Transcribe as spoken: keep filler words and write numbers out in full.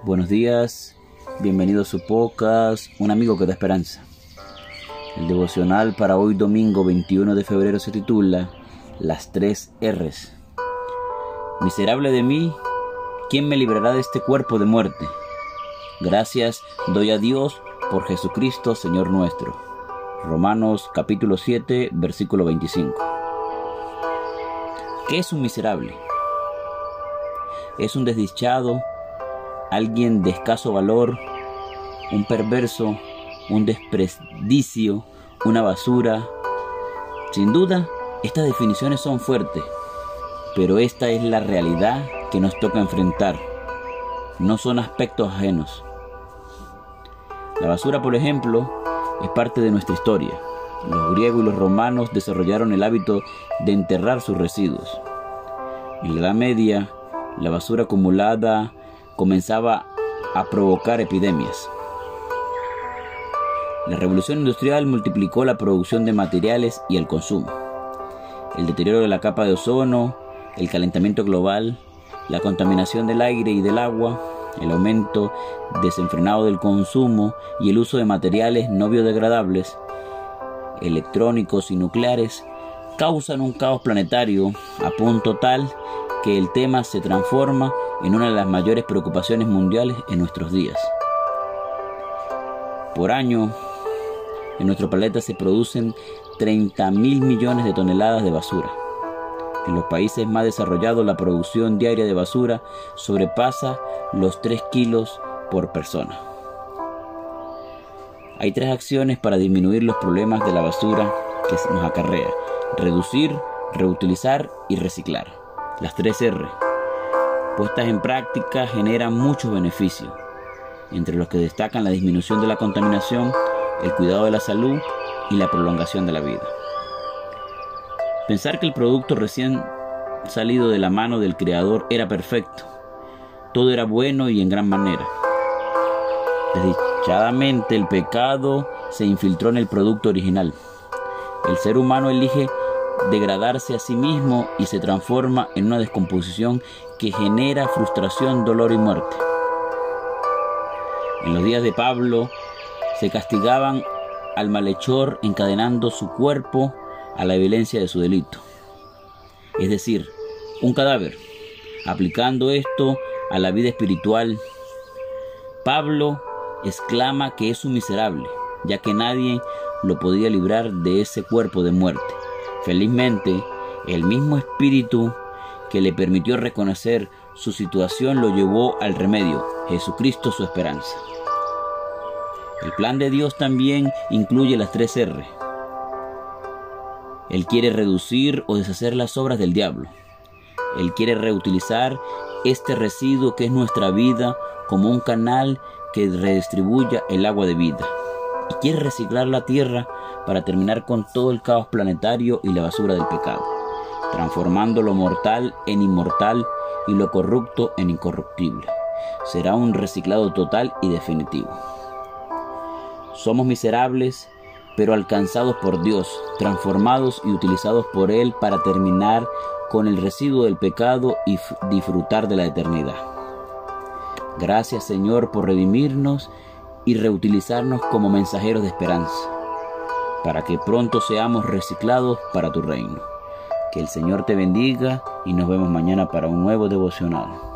Buenos días, bienvenido a su podcast, un amigo que da esperanza. El devocional para hoy domingo veintiuno de febrero se titula Las tres R's. Miserable de mí, ¿quién me librará de este cuerpo de muerte? Gracias doy a Dios por Jesucristo, Señor nuestro. Romanos capítulo siete, versículo veinticinco. ¿Qué es un miserable? Es un desdichado, alguien de escaso valor, un perverso, un desperdicio, una basura. Sin duda, estas definiciones son fuertes, pero esta es la realidad que nos toca enfrentar. No son aspectos ajenos. La basura, por ejemplo, es parte de nuestra historia. Los griegos y los romanos desarrollaron el hábito de enterrar sus residuos. En la Edad Media, la basura acumulada comenzaba a provocar epidemias. La revolución industrial multiplicó la producción de materiales y el consumo. El deterioro de la capa de ozono, el calentamiento global, la contaminación del aire y del agua, el aumento desenfrenado del consumo y el uso de materiales no biodegradables, electrónicos y nucleares causan un caos planetario a punto tal que el tema se transforma en una de las mayores preocupaciones mundiales en nuestros días. Por año, en nuestro planeta se producen treinta mil millones de toneladas de basura. En los países más desarrollados, la producción diaria de basura sobrepasa los tres kilos por persona. Hay tres acciones para disminuir los problemas de la basura que nos acarrea: reducir, reutilizar y reciclar. Las tres R, puestas en práctica, generan muchos beneficios, entre los que destacan la disminución de la contaminación, el cuidado de la salud y la prolongación de la vida. Pensar que el producto recién salido de la mano del Creador era perfecto. Todo era bueno y en gran manera. Desdichadamente, el pecado se infiltró en el producto original. El ser humano elige degradarse a sí mismo y se transforma en una descomposición que genera frustración, dolor y muerte. En los días de Pablo se castigaban al malhechor encadenando su cuerpo a la violencia de su delito, es decir, un cadáver. Aplicando esto a la vida espiritual, Pablo exclama que es un miserable, ya que nadie lo podía librar de ese cuerpo de muerte. Felizmente, el mismo espíritu que le permitió reconocer su situación lo llevó al remedio: Jesucristo, su esperanza. El plan de Dios también incluye las tres R. Él quiere reducir o deshacer las obras del diablo. Él quiere reutilizar este residuo que es nuestra vida como un canal que redistribuya el agua de vida. Y quiere reciclar la tierra para terminar con todo el caos planetario y la basura del pecado, transformando lo mortal en inmortal y lo corrupto en incorruptible. Será un reciclado total y definitivo. Somos miserables, pero alcanzados por Dios, transformados y utilizados por Él para terminar con el residuo del pecado y disfrutar de la eternidad. Gracias, Señor, por redimirnos y reutilizarnos como mensajeros de esperanza, para que pronto seamos reciclados para tu reino. Que el Señor te bendiga y nos vemos mañana para un nuevo devocional.